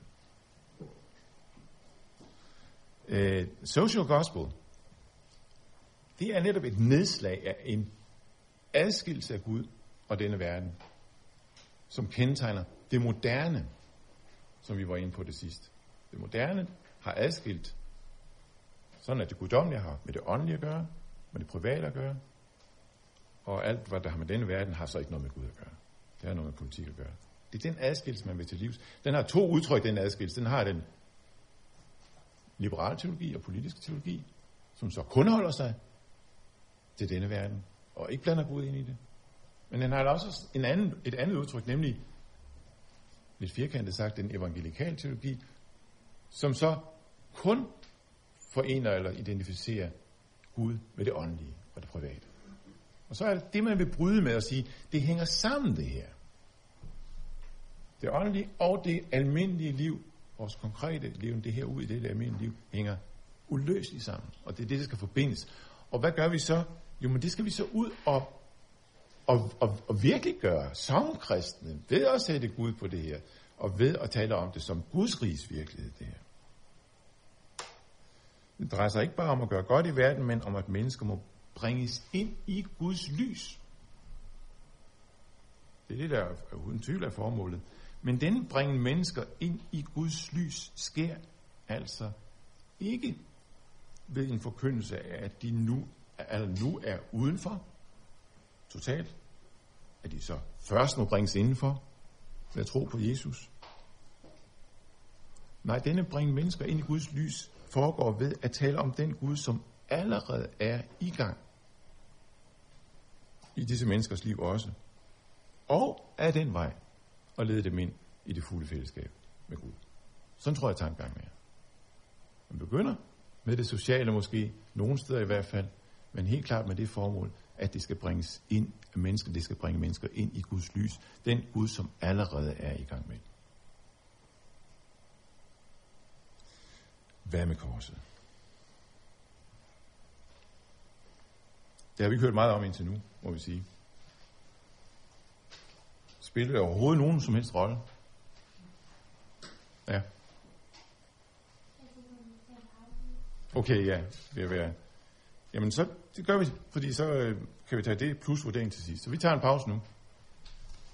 Uh, social gospel, det er netop et nedslag af en adskillelse af Gud og denne verden, som kendetegner det moderne, som vi var inde på det sidste. Det moderne har adskilt, sådan at det guddommelige har med det åndelige at gøre, med det private at gøre, og alt, hvad der har med denne verden, har så ikke noget med Gud at gøre. Det har noget med politik at gøre. Det er den adskillelse, man vil til livs. Den har to udtryk, den adskillelse. Den har den liberale teologi og politiske teologi, som så kun holder sig til denne verden, og ikke blander Gud ind i det. Men den har også en anden, et andet udtryk, nemlig, lidt firkantet sagt, den evangelikale teologi, som så kun forener eller identificerer Gud med det åndelige og det private. Og så er det det, man vil bryde med at sige, det hænger sammen det her. Det åndelige og det almindelige liv, vores konkrete liv, det her ud i det, det almindelige liv, hænger uløseligt sammen. Og det er det, der skal forbindes. Og hvad gør vi så? Jo, men det skal vi så ud og Og, og, og virkelig gøre som kristne, ved at sætte Gud på det her, og ved at tale om det som Guds riges virkelighed, det her. Det drejer sig ikke bare om at gøre godt i verden, men om at mennesker må bringes ind i Guds lys. Det er det, der er uden tvivl af formålet. Men den bringen mennesker ind i Guds lys sker altså ikke ved en forkyndelse af, at de nu, altså nu er udenfor, totalt, at de så først må bringes indenfor, ved at tro på Jesus. Nej, denne bringen mennesker ind i Guds lys foregår ved at tale om den Gud, som allerede er i gang i disse menneskers liv også. Og af den vej og lede dem ind i det fulde fællesskab med Gud. Sådan tror jeg tankegangen er. Man begynder med det sociale måske, nogle steder i hvert fald, men helt klart med det formål, at det skal bringes ind af mennesker, det skal bringe mennesker ind i Guds lys. Den Gud, som allerede er i gang med. Hvad med korset? Det har vi ikke hørt meget om indtil nu, må vi sige. Spiller det overhovedet nogen som helst rolle? Ja. Okay, ja. Det være. Jamen, så det gør vi, fordi så øh, kan vi tage det plus vurdering til sidst. Så vi tager en pause nu.